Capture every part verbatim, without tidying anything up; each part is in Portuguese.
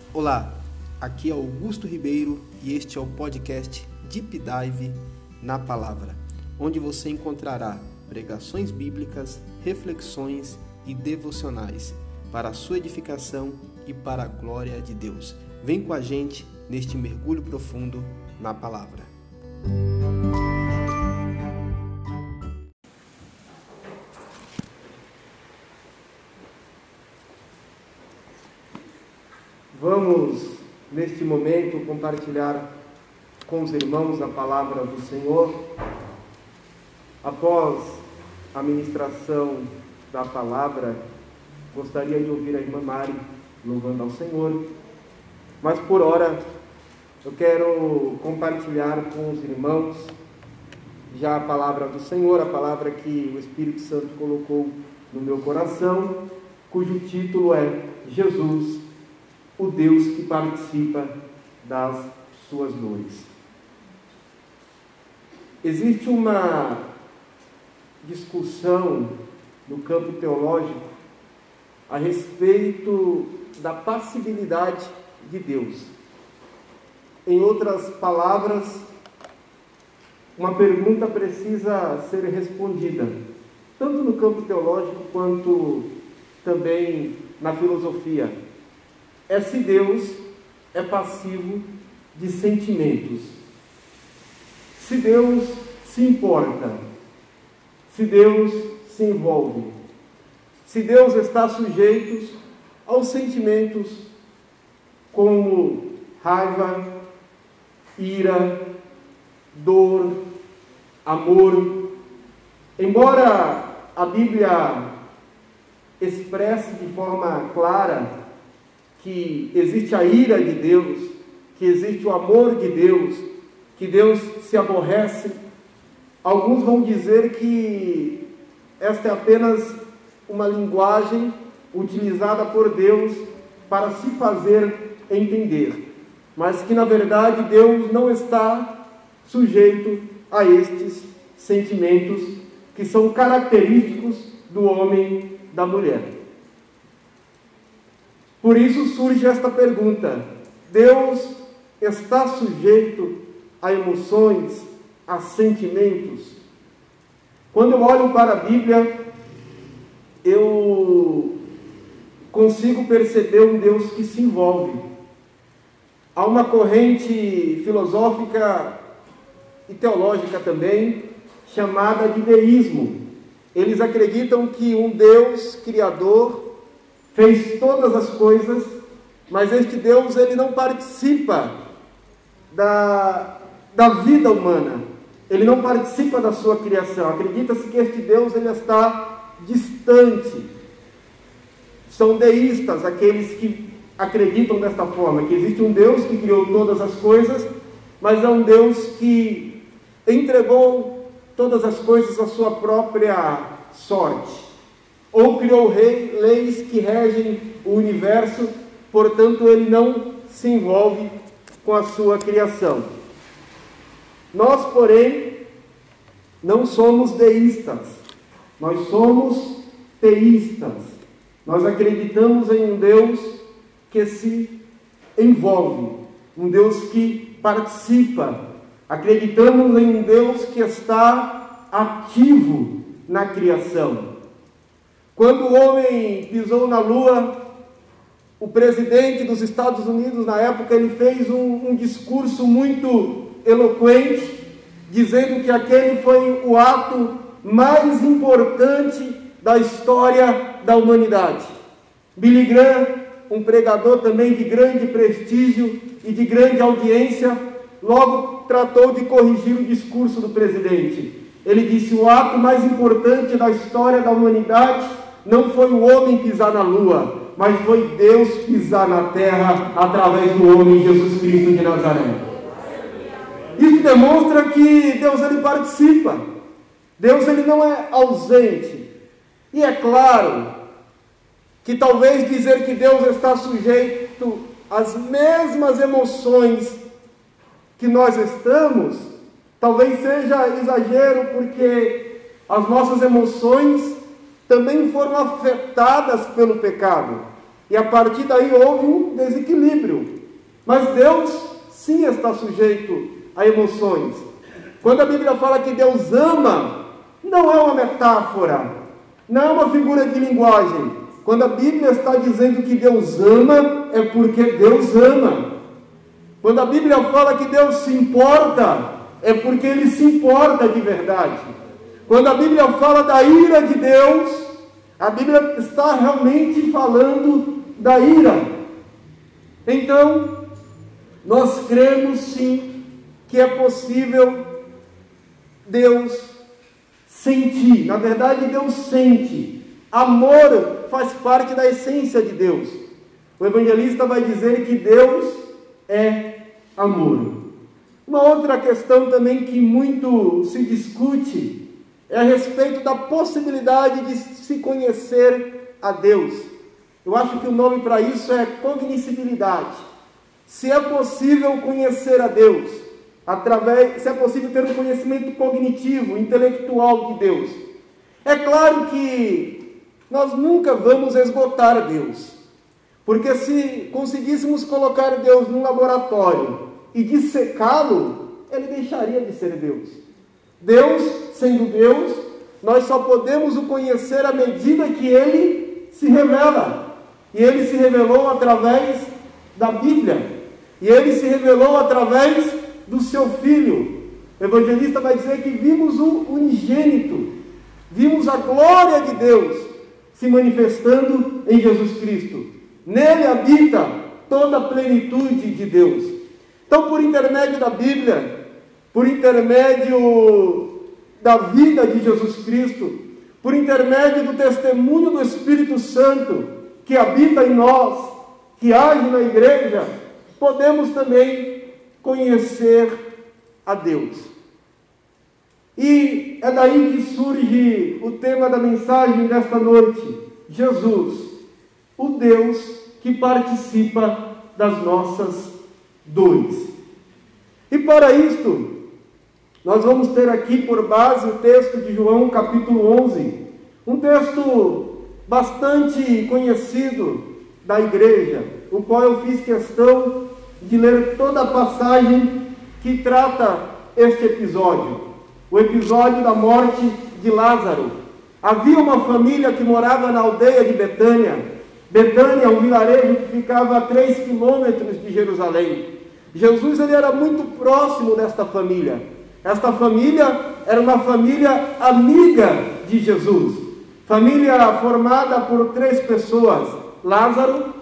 Olá, aqui é Augusto Ribeiro e este é o podcast Deep Dive na Palavra, onde você encontrará pregações bíblicas, reflexões e devocionais para a sua edificação e para a glória de Deus. Vem com a gente neste mergulho profundo na Palavra. Vamos, neste momento, compartilhar com os irmãos a palavra do Senhor. Após a ministração da palavra, gostaria de ouvir a irmã Mari louvando ao Senhor, mas por hora eu quero compartilhar com os irmãos já a palavra do Senhor, a palavra que o Espírito Santo colocou no meu coração, cujo título é Jesus, o Deus que participa das suas dores. Existe uma discussão no campo teológico a respeito da passibilidade de Deus. Em outras palavras, uma pergunta precisa ser respondida, tanto no campo teológico quanto também na filosofia. É se Deus é passivo de sentimentos. Se Deus se importa, se Deus se envolve, se Deus está sujeito aos sentimentos como raiva, ira, dor, amor. Embora a Bíblia expresse de forma clara que existe a ira de Deus, que existe o amor de Deus, que Deus se aborrece, alguns vão dizer que esta é apenas uma linguagem utilizada por Deus para se fazer entender, mas que na verdade Deus não está sujeito a estes sentimentos que são característicos do homem e da mulher. Por isso surge esta pergunta: Deus está sujeito a emoções, a sentimentos? Quando eu olho para a Bíblia, eu consigo perceber um Deus que se envolve. Há uma corrente filosófica e teológica também, chamada de deísmo. Eles acreditam que um Deus criador fez todas as coisas, mas este Deus ele não participa da, da vida humana, ele não participa da sua criação. Acredita-se que este Deus ele está distante. São deístas aqueles que acreditam desta forma, que existe um Deus que criou todas as coisas, mas é um Deus que entregou todas as coisas à sua própria sorte, ou criou rei, leis que regem o universo, portanto ele não se envolve com a sua criação. Nós, porém, não somos deístas, nós somos teístas. Nós acreditamos em um Deus que se envolve, um Deus que participa. Acreditamos em um Deus que está ativo na criação. Quando o homem pisou na Lua, o presidente dos Estados Unidos, na época, ele fez um, um discurso muito eloquente, dizendo que aquele foi o ato mais importante da história da humanidade. Billy Graham, um pregador também de grande prestígio e de grande audiência, logo tratou de corrigir o discurso do presidente. Ele disse: o ato mais importante da história da humanidade não foi o homem pisar na Lua, mas foi Deus pisar na terra através do homem Jesus Cristo de Nazaré. Isso demonstra que Deus ele participa. Deus ele não é ausente. E é claro que talvez dizer que Deus está sujeito às mesmas emoções que nós estamos, talvez seja exagero, porque as nossas emoções também foram afetadas pelo pecado. E a partir daí houve um desequilíbrio. Mas Deus sim está sujeito a emoções. Quando a Bíblia fala que Deus ama, não é uma metáfora, não é uma figura de linguagem. Quando a Bíblia está dizendo que Deus ama, é porque Deus ama. Quando a Bíblia fala que Deus se importa, é porque Ele se importa de verdade. Quando a Bíblia fala da ira de Deus, a Bíblia está realmente falando da ira. Então, nós cremos sim que é possível Deus sentir. Na verdade, Deus sente. Amor faz parte da essência de Deus. O evangelista vai dizer que Deus é amor. Uma outra questão também que muito se discute é a respeito da possibilidade de se conhecer a Deus. Eu acho que o nome para isso é cognoscibilidade. Se é possível conhecer a Deus, através, se é possível ter um conhecimento cognitivo, intelectual de Deus. É claro que nós nunca vamos esgotar Deus, porque se conseguíssemos colocar Deus num laboratório e dissecá-lo, Ele deixaria de ser Deus. Deus, sendo Deus, nós só podemos o conhecer à medida que Ele se revela. E Ele se revelou através da Bíblia. E Ele se revelou através do Seu Filho. O evangelista vai dizer que vimos o unigênito. Vimos a glória de Deus se manifestando em Jesus Cristo. Nele habita toda a plenitude de Deus. Então, por intermédio da Bíblia, por intermédio da vida de Jesus Cristo, por intermédio do testemunho do Espírito Santo, que habita em nós, que age na igreja, podemos também conhecer a Deus. E é daí que surge o tema da mensagem desta noite: Jesus, o Deus que participa das nossas dores. E para isto, nós vamos ter aqui por base o texto de João capítulo onze, um texto bastante conhecido da igreja, o qual eu fiz questão de ler toda a passagem que trata este episódio, o episódio da morte de Lázaro. Havia uma família que morava na aldeia de Betânia. Betânia é um vilarejo que ficava a três quilômetros de Jerusalém. Jesus ele era muito próximo desta família. Esta família era uma família amiga de Jesus. Família formada por três pessoas: Lázaro,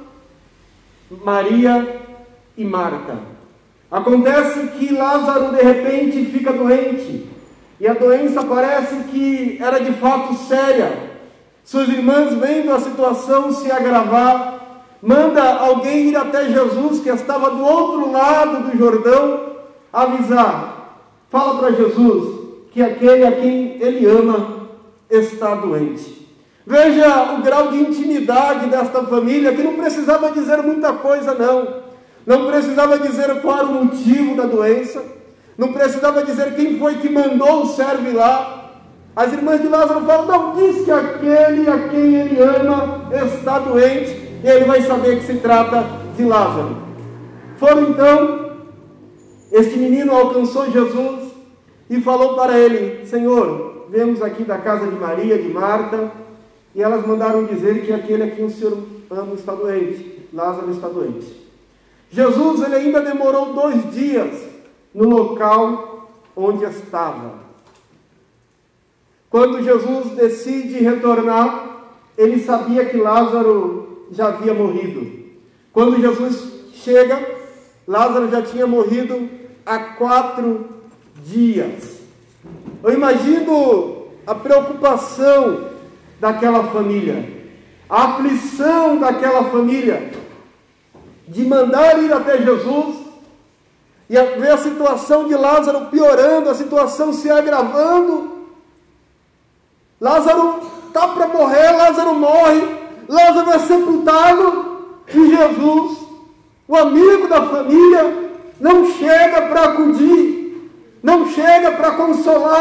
Maria e Marta. Acontece que Lázaro de repente fica doente. E a doença parece que era de fato séria. Suas irmãs, vendo a situação se agravar, manda alguém ir até Jesus, que estava do outro lado do Jordão, avisar. Fala para Jesus que aquele a quem ele ama está doente. Veja o grau de intimidade desta família, que não precisava dizer muita coisa não. Não precisava dizer qual era o motivo da doença. Não precisava dizer quem foi que mandou o servo ir lá. As irmãs de Lázaro falam: não, diz que aquele a quem ele ama está doente, e ele vai saber que se trata de Lázaro. Foram então, este menino alcançou Jesus e falou para ele: Senhor, viemos aqui da casa de Maria, de Marta, e elas mandaram dizer que aquele a quem o Senhor ama está doente, Lázaro está doente. Jesus ele ainda demorou dois dias no local onde estava. Quando Jesus decide retornar, ele sabia que Lázaro já havia morrido. Quando Jesus chega, Lázaro já tinha morrido há quatro dias. Eu imagino a preocupação daquela família, a aflição daquela família, de mandar ir até Jesus e ver a situação de Lázaro piorando, a situação se agravando. Lázaro está para morrer, Lázaro morre, Lázaro é sepultado, e Jesus, o amigo da família, não chega para acudir, não chega para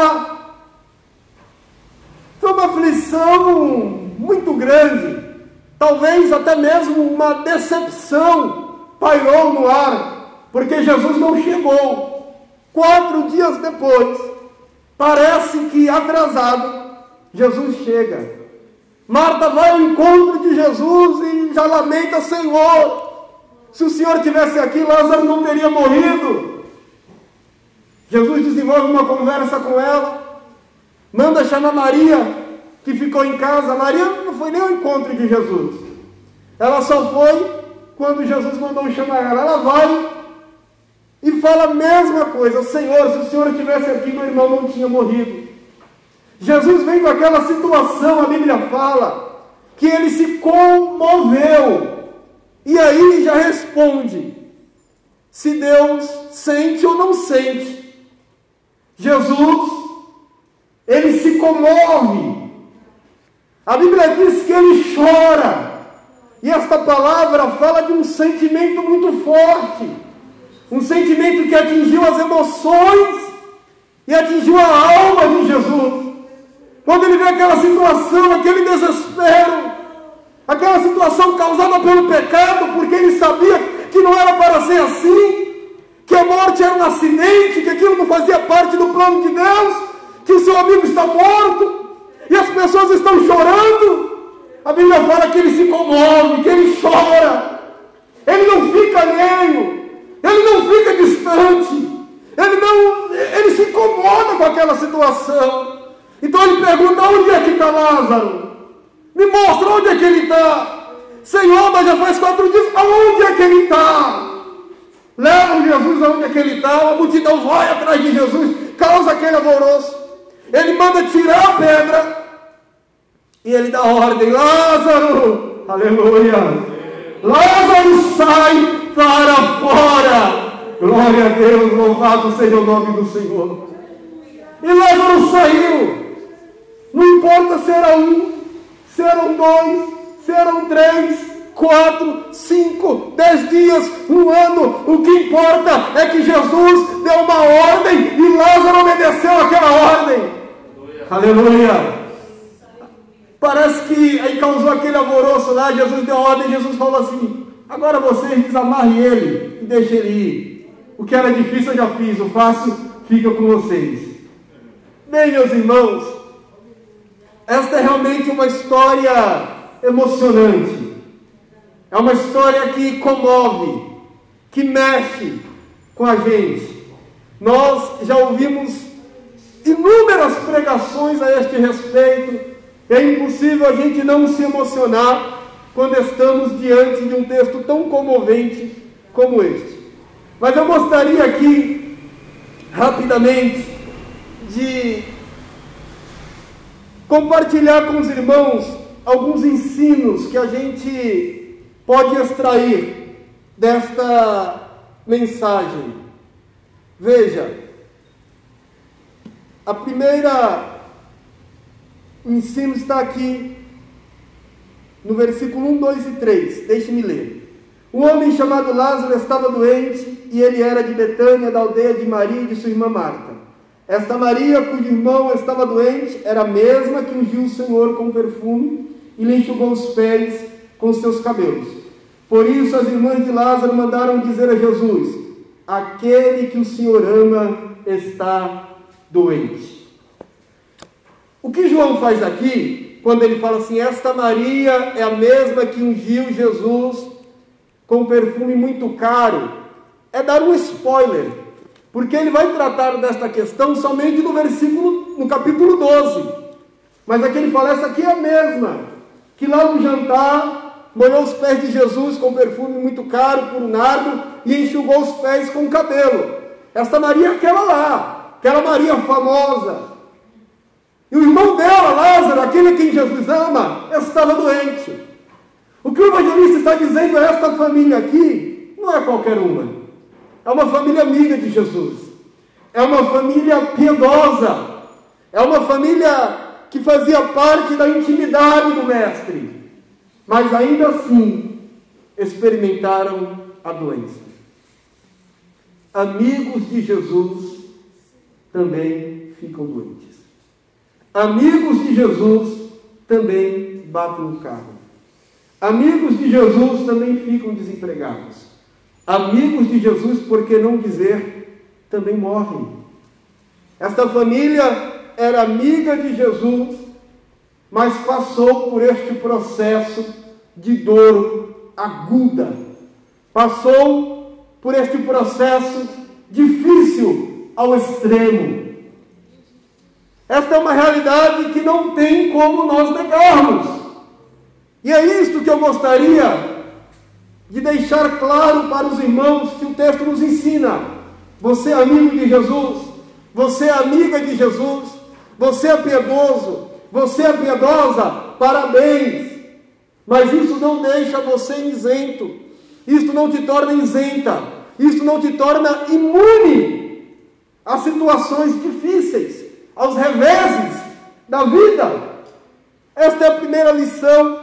consolar. Foi uma aflição muito grande. Talvez até mesmo uma decepção pairou no ar, porque Jesus não chegou. Quatro dias depois, parece que atrasado, Jesus chega. Marta vai ao encontro de Jesus e já lamenta: Senhor, se o Senhor estivesse aqui, Lázaro não teria morrido. Jesus desenvolve uma conversa com ela, manda chamar Maria, que ficou em casa. Maria não foi nem ao encontro de Jesus, ela só foi quando Jesus mandou chamar ela. Ela vai e fala a mesma coisa: Senhor, se o Senhor estivesse aqui, meu irmão não tinha morrido. Jesus vem com aquela situação, a Bíblia fala que ele se comoveu, e aí ele já responde se Deus sente ou não sente. Jesus, ele se comove. A Bíblia diz que ele chora, e esta palavra fala de um sentimento muito forte, um sentimento que atingiu as emoções e atingiu a alma de Jesus. Quando ele vê aquela situação, aquele desespero, aquela situação causada pelo pecado, porque ele sabia que não era para ser assim, que a morte era um acidente, que aquilo não fazia parte do plano de Deus, que o seu amigo está morto, e as pessoas estão chorando. A Bíblia fala que ele se comove, que ele chora, ele não fica alheio, ele não fica distante, ele, não, ele se incomoda com aquela situação. Então ele pergunta: onde é que está Lázaro? Me mostra onde é que ele está. Senhor, mas já faz quatro dias, aonde é que ele está? Levam Jesus aonde é que ele está, a multidão vai atrás de Jesus, causa aquele alvoroço. Ele manda tirar a pedra, e ele dá ordem: Lázaro, aleluia, Lázaro, sai para fora. Glória a Deus, louvado seja o nome do Senhor. E Lázaro saiu. Não importa se era um, se eram dois, se eram três, quatro, cinco, dez dias, um ano. O que importa é que Jesus deu uma ordem e Lázaro obedeceu aquela ordem. Aleluia. Aleluia. Parece que aí causou aquele alvoroço lá. Jesus deu ordem, Jesus falou assim: agora vocês desamarrem ele e deixem ele ir. O que era difícil eu já fiz, o fácil fica com vocês. Bem, meus irmãos, esta é realmente uma história emocionante. É uma história que comove, que mexe com a gente. Nós já ouvimos inúmeras pregações a este respeito. É impossível a gente não se emocionar quando estamos diante de um texto tão comovente como este. Mas eu gostaria aqui, rapidamente, de compartilhar com os irmãos alguns ensinos que a gente pode extrair desta mensagem. Veja, a primeira ensino está aqui no versículo um, dois e três. Deixe-me ler. Um homem chamado Lázaro estava doente, e ele era de Betânia, da aldeia de Maria e de sua irmã Marta. Esta Maria, cujo irmão estava doente, era a mesma que ungiu o Senhor com perfume e lhe enxugou os pés com os seus cabelos. Por isso as irmãs de Lázaro mandaram dizer a Jesus: aquele que o Senhor ama está doente. O que João faz aqui, quando ele fala assim: esta Maria é a mesma que ungiu Jesus com perfume muito caro, é dar um spoiler, porque ele vai tratar desta questão somente no versículo, no capítulo doze. Mas aqui ele fala: essa aqui é a mesma, que lá no jantar molhou os pés de Jesus com perfume muito caro, por nardo, e enxugou os pés com cabelo. Esta Maria é aquela lá, aquela Maria famosa. E o irmão dela, Lázaro, aquele a quem Jesus ama, estava doente. O que o evangelista está dizendo é: esta família aqui não é qualquer uma. É uma família amiga de Jesus. É uma família piedosa. É uma família que fazia parte da intimidade do Mestre. Mas ainda assim, experimentaram a doença. Amigos de Jesus também ficam doentes. Amigos de Jesus também batem no carro. Amigos de Jesus também ficam desempregados. Amigos de Jesus, por que não dizer, também morrem. Esta família era amiga de Jesus, mas passou por este processo de dor aguda. Passou por este processo difícil ao extremo. Esta é uma realidade que não tem como nós negarmos. E é isto que eu gostaria de deixar claro para os irmãos que o texto nos ensina. Você é amigo de Jesus, você é amiga de Jesus, você é piedoso, você é piedosa, parabéns. Mas isso não deixa você isento, isso não te torna isenta, isso não te torna imune a situações difíceis, aos reveses da vida. Esta é a primeira lição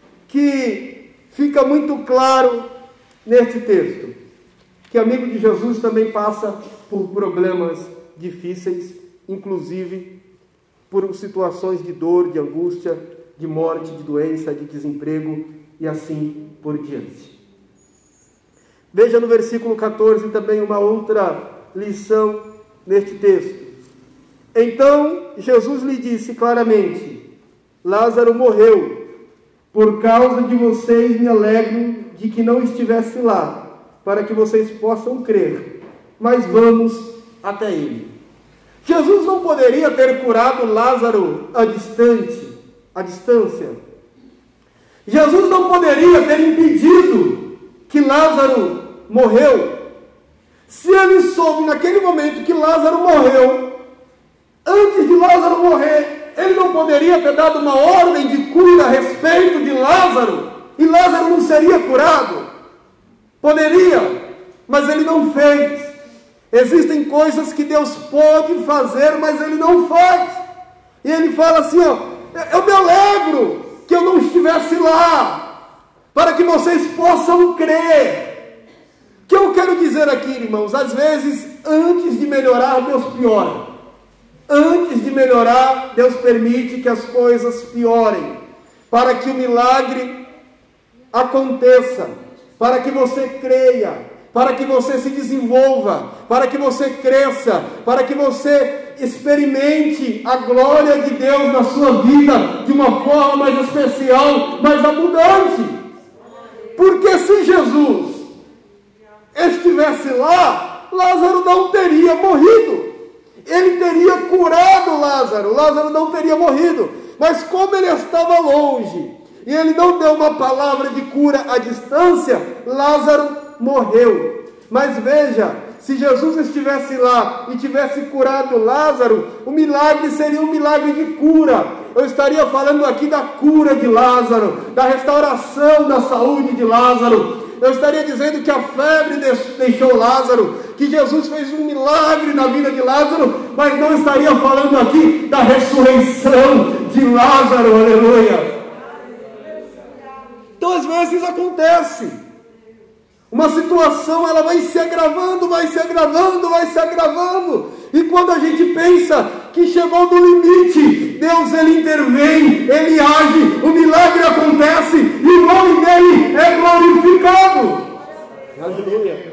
que fica muito claro neste texto, que amigo de Jesus também passa por problemas difíceis, inclusive por situações de dor, de angústia, de morte, de doença, de desemprego e assim por diante. Veja no versículo catorze também uma outra lição neste texto. Então Jesus lhe disse claramente: Lázaro morreu. Por causa de vocês me alegro de que não estivesse lá, para que vocês possam crer. Mas vamos até ele. Jesus não poderia ter curado Lázaro a distante, à distância. Jesus não poderia ter impedido que Lázaro morreu. Se ele soube naquele momento que Lázaro morreu, antes de Lázaro morrer, ele não poderia ter dado uma ordem de cura a respeito de Lázaro, e Lázaro não seria curado? Poderia, mas ele não fez. Existem coisas que Deus pode fazer, mas ele não faz. E ele fala assim, ó, eu me alegro que eu não estivesse lá, para que vocês possam crer. O que eu quero dizer aqui, irmãos, às vezes, antes de melhorar, Deus piora. Antes de melhorar, Deus permite que as coisas piorem, para que o milagre aconteça, para que você creia, para que você se desenvolva, para que você cresça, para que você experimente a glória de Deus na sua vida de uma forma mais especial, mais abundante. Porque se Jesus estivesse lá, Lázaro não teria morrido. Ele teria curado Lázaro, Lázaro não teria morrido. Mas como ele estava longe, e ele não deu uma palavra de cura à distância, Lázaro morreu. Mas veja, se Jesus estivesse lá e tivesse curado Lázaro, o milagre seria um milagre de cura. Eu estaria falando aqui da cura de Lázaro, da restauração da saúde de Lázaro. Eu estaria dizendo que a febre deixou Lázaro, que Jesus fez um milagre na vida de Lázaro, mas não estaria falando aqui da ressurreição de Lázaro, aleluia. Então às vezes acontece, uma situação ela vai se agravando, vai se agravando, vai se agravando, e quando a gente pensa que chegou no limite, Deus ele intervém, ele age, o milagre acontece, e o nome dele é glorificado. Aleluia.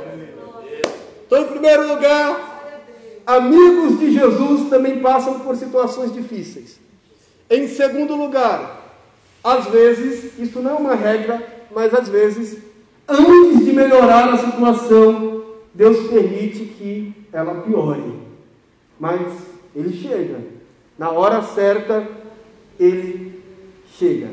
Então, em primeiro lugar, amigos de Jesus também passam por situações difíceis. Em segundo lugar, às vezes, isso não é uma regra, mas às vezes, antes de melhorar a situação, Deus permite que ela piore. Mas ele chega. Na hora certa, ele chega.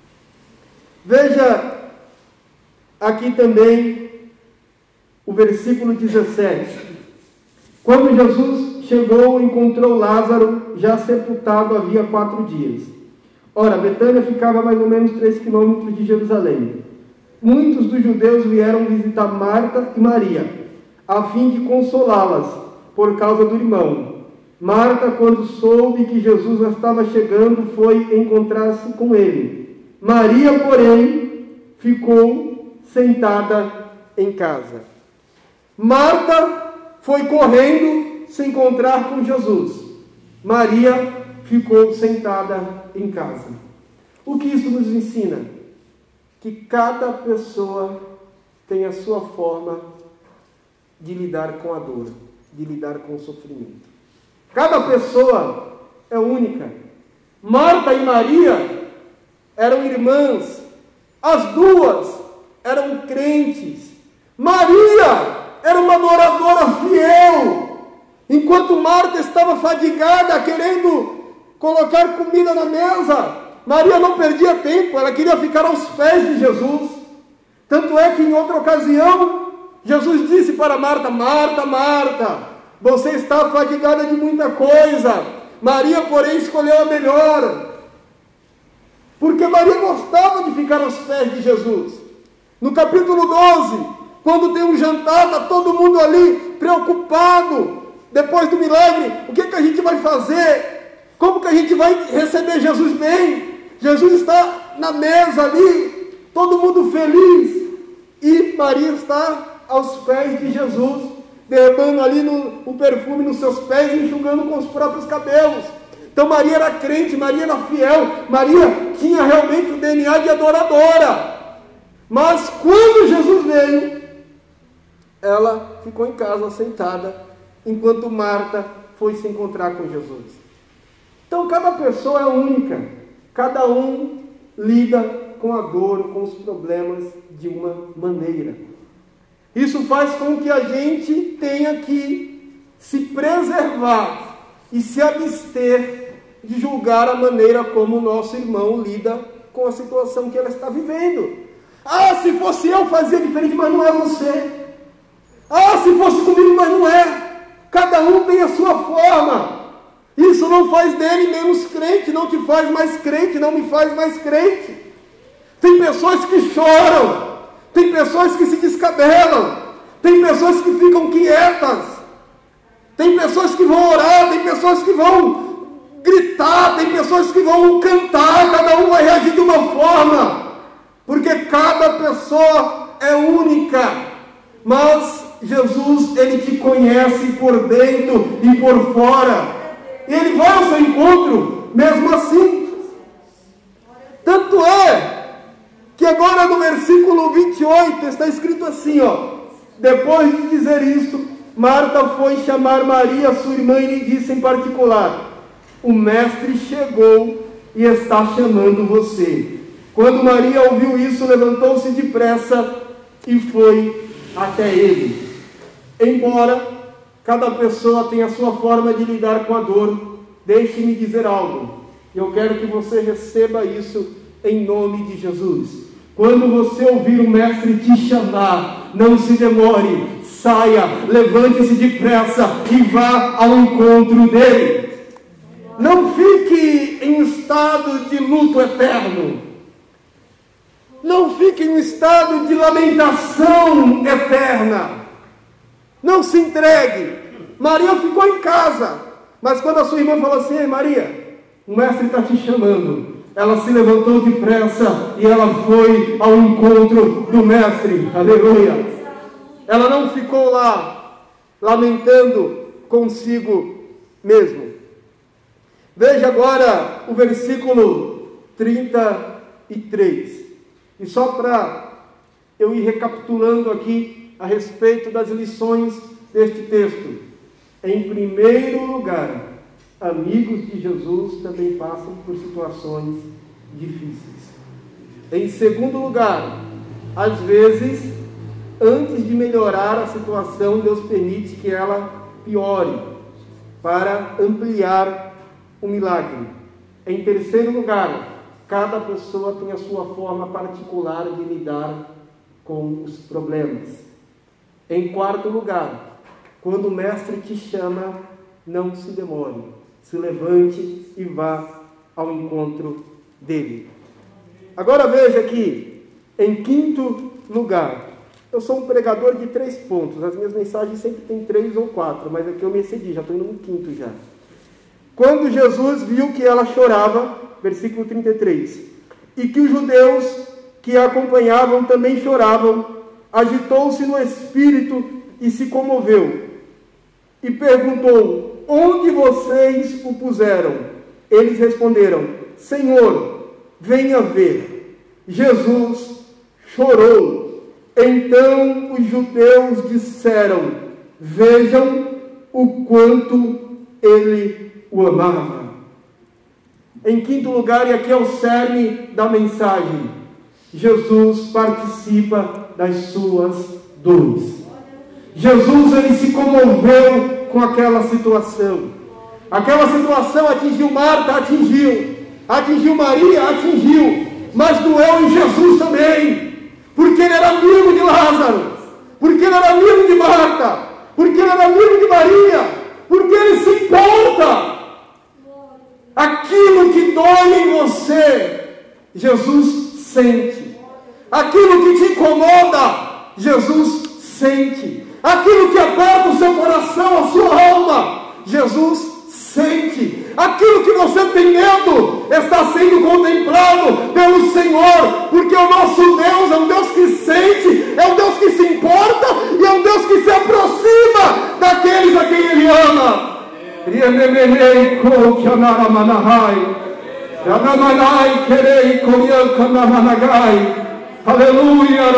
Veja aqui também o versículo dezessete. Quando Jesus chegou, encontrou Lázaro já sepultado havia quatro dias. Ora, Betânia ficava a mais ou menos três quilômetros de Jerusalém. Muitos dos judeus vieram visitar Marta e Maria, a fim de consolá-las por causa do irmão. Marta, quando soube que Jesus estava chegando, foi encontrar-se com ele. Maria, porém, ficou sentada em casa. Marta foi correndo se encontrar com Jesus. Maria ficou sentada em casa. O que isso nos ensina? que cada pessoa tem a sua forma de lidar com a dor, de lidar com o sofrimento. Cada pessoa é única. Marta e Maria eram irmãs, as duas eram crentes. Maria era uma adoradora fiel, enquanto Marta estava fadigada, querendo colocar comida na mesa. Maria não perdia tempo, ela queria ficar aos pés de Jesus. Tanto é que em outra ocasião, Jesus disse para Marta: Marta, Marta, você está fadigada de muita coisa, Maria, porém, escolheu a melhor. Porque Maria gostava de ficar aos pés de Jesus. No capítulo doze, quando tem um jantar, está todo mundo ali preocupado. Depois do milagre, o que, que a gente vai fazer? Como que a gente vai receber Jesus bem? Jesus está na mesa ali, todo mundo feliz. E Maria está aos pés de Jesus, derramando ali no, um perfume nos seus pés e enxugando com os próprios cabelos. Então Maria era crente, Maria era fiel, Maria tinha realmente o D N A de adoradora. Mas quando Jesus veio, ela ficou em casa sentada, enquanto Marta foi se encontrar com Jesus. Então cada pessoa é única, cada um lida com a dor, com os problemas de uma maneira. Isso faz com que a gente tenha que se preservar e se abster de julgar a maneira como o nosso irmão lida com a situação que ela está vivendo. Ah, se fosse eu fazia diferente, mas não é você. Ah, se fosse comigo, mas não é. Cada um tem a sua forma. Isso não faz dele menos crente, não te faz mais crente, não me faz mais crente. Tem pessoas que choram, tem pessoas que se descabelam, tem pessoas que ficam quietas, tem pessoas que vão orar, tem pessoas que vão gritar, tem pessoas que vão cantar, cada um vai reagir de uma forma, porque cada pessoa é única. Mas Jesus, Ele te conhece por dentro e por fora. Ele vai ao seu encontro, mesmo assim. Tanto é que agora no versículo vinte e oito está escrito assim, ó: depois de dizer isto, Marta foi chamar Maria, sua irmã, e lhe disse em particular: o mestre chegou e está chamando você. Quando Maria ouviu isso, levantou-se depressa e foi até ele. Embora cada pessoa tenha a sua forma de lidar com a dor, deixe-me dizer algo. Eu quero que você receba isso em nome de Jesus. Quando você ouvir o mestre te chamar, não se demore, saia, levante-se depressa e vá ao encontro dele. Não fique em um estado de luto eterno. Não fique em um estado de lamentação eterna. Não se entregue. Maria ficou em casa, mas quando a sua irmã falou assim: ei Maria, o mestre está te chamando, ela se levantou depressa e ela foi ao encontro do mestre. Aleluia. Ela não ficou lá lamentando consigo mesmo. Veja agora o versículo trinta e três. E só para eu ir recapitulando aqui a respeito das lições deste texto. Em primeiro lugar, amigos de Jesus também passam por situações difíceis. Em segundo lugar, às vezes, antes de melhorar a situação, Deus permite que ela piore, para ampliar o milagre. Em terceiro lugar, cada pessoa tem a sua forma particular de lidar com os problemas. Em quarto lugar, quando o mestre te chama, não se demore, se levante e vá ao encontro dele. Agora veja aqui, em quinto lugar, eu sou um pregador de três pontos, as minhas mensagens sempre tem três ou quatro, mas aqui eu me excedi, já estou indo no quinto já. Quando Jesus viu que ela chorava, versículo trinta e três, e que os judeus que a acompanhavam também choravam, agitou-se no espírito e se comoveu, e perguntou: onde vocês o puseram? Eles responderam: Senhor, venha ver. Jesus chorou. Então os judeus disseram: vejam o quanto ele o amava. Em quinto lugar, e aqui é o cerne da mensagem, Jesus participa das suas dores. Jesus, ele se comoveu com aquela situação. Aquela situação atingiu Marta, atingiu. Atingiu Maria, atingiu. Mas doeu em Jesus também. Porque ele era amigo de Lázaro. Porque ele era amigo de Marta. Porque ele era amigo de Maria. Porque ele se importa. Aquilo que dói em você, Jesus sente. Aquilo que te incomoda, Jesus sente. Aquilo que aperta o seu coração, a sua alma, Jesus sente. Aquilo que você tem medo está sendo contemplado pelo Senhor, porque o nosso Deus é um Deus que sente, é um Deus que se importa e é um Deus que se aproxima daqueles a quem Ele ama. Aleluia.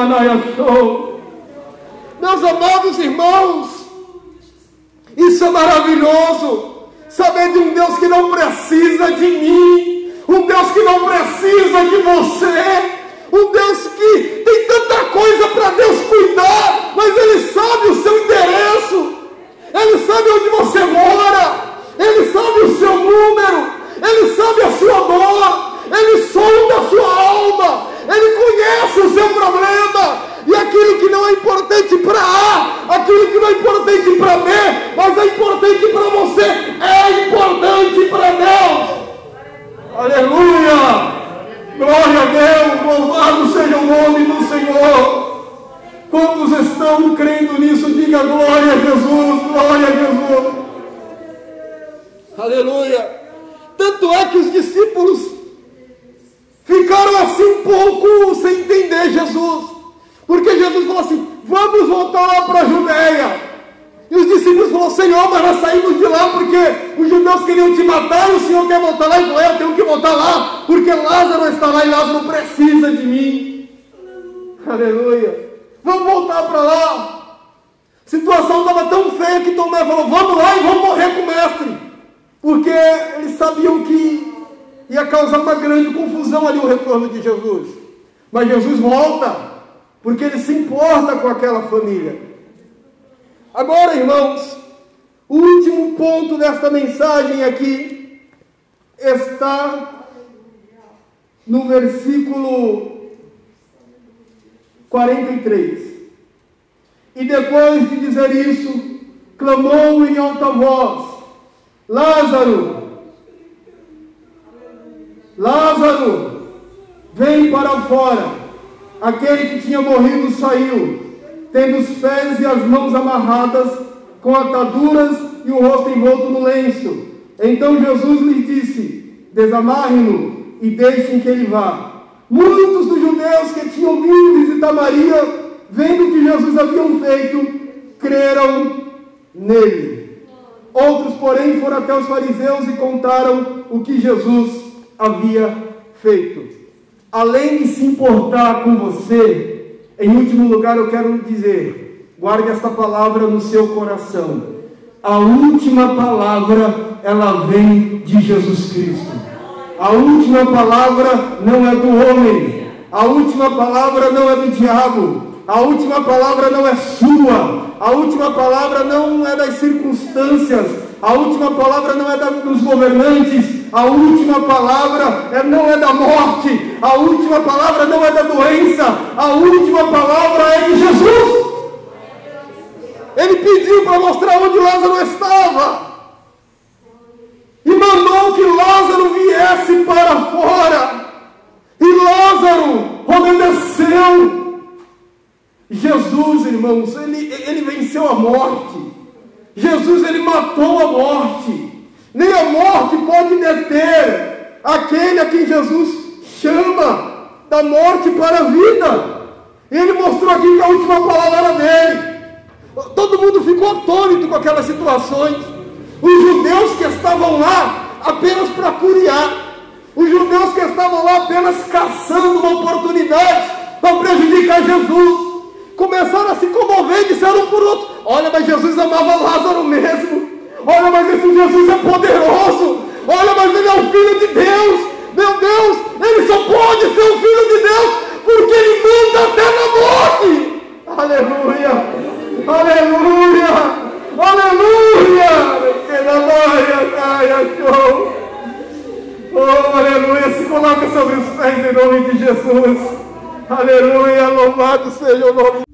Meus amados irmãos, isso é maravilhoso. Saber de um Deus que não precisa de mim, um Deus que não precisa de você, um Deus que tem tanta coisa para Deus cuidar, mas Ele sabe o seu endereço, Ele sabe onde você mora, Ele sabe o seu número, Ele sabe a sua dor, Ele sonda a sua alma, Ele conhece o seu problema. E aquilo que não é importante para A, aquilo que não é importante para B, mas é importante para você, é importante para Deus. Aleluia! Glória a Deus, louvado seja o nome do Senhor. Quantos estão crendo nisso? Diga glória a Jesus, glória a Jesus. Aleluia! Tanto é que os discípulos ficaram assim um pouco sem entender Jesus. Porque Jesus falou assim: vamos voltar lá para a Judéia. E os discípulos falaram: Senhor, mas nós saímos de lá porque os judeus queriam te matar e o Senhor quer voltar lá. E falou: eu tenho que voltar lá porque Lázaro está lá e Lázaro precisa de mim. Aleluia. Vamos voltar para lá. A situação estava tão feia que Tomé falou: vamos lá e vamos morrer com o mestre. Porque eles sabiam que ia causar uma grande confusão ali o retorno de Jesus. Mas Jesus volta, porque Ele se importa com aquela família. Agora, irmãos, o último ponto desta mensagem aqui está no versículo quarenta e três. E depois de dizer isso, clamou em alta voz: Lázaro, Lázaro, vem para fora. Aquele que tinha morrido saiu, tendo os pés e as mãos amarradas, com ataduras e o rosto envolto no lenço. Então Jesus lhes disse: desamarrem-no e deixem que ele vá. Muitos dos judeus que tinham vindo visitar Maria, vendo o que Jesus haviam feito, creram nele. Outros, porém, foram até os fariseus e contaram o que Jesus havia feito. Além de se importar com você, em último lugar eu quero dizer, guarde esta palavra no seu coração: a última palavra, ela vem de Jesus Cristo. A última palavra não é do homem, a última palavra não é do diabo, a última palavra não é sua, a última palavra não é das circunstâncias, a última palavra não é da, dos governantes, a última palavra é, não é da morte, a última palavra não é da doença, a última palavra é de Jesus. Ele pediu para mostrar onde Lázaro estava e mandou que Lázaro viesse para fora, e Lázaro obedeceu. Jesus, irmãos, ele, ele venceu a morte. Jesus, ele matou a morte. Nem a morte pode deter aquele a quem Jesus chama da morte para a vida. Ele mostrou aqui que a última palavra era dele. Todo mundo ficou atônito com aquelas situações. Os judeus que estavam lá apenas para curiar, os judeus que estavam lá apenas caçando uma oportunidade a prejudicar Jesus. Começaram a se comover e disseram um por outro: olha, mas Jesus amava Lázaro mesmo. Olha, mas esse Jesus é poderoso. Olha, mas ele é o Filho de Deus. Meu Deus, ele só pode ser o Filho de Deus porque ele manda até na morte. Aleluia, aleluia, aleluia. Que na glória caia, show. Oh, aleluia. Se coloca sobre os pés em nome de Jesus. Aleluia, louvado seja o nome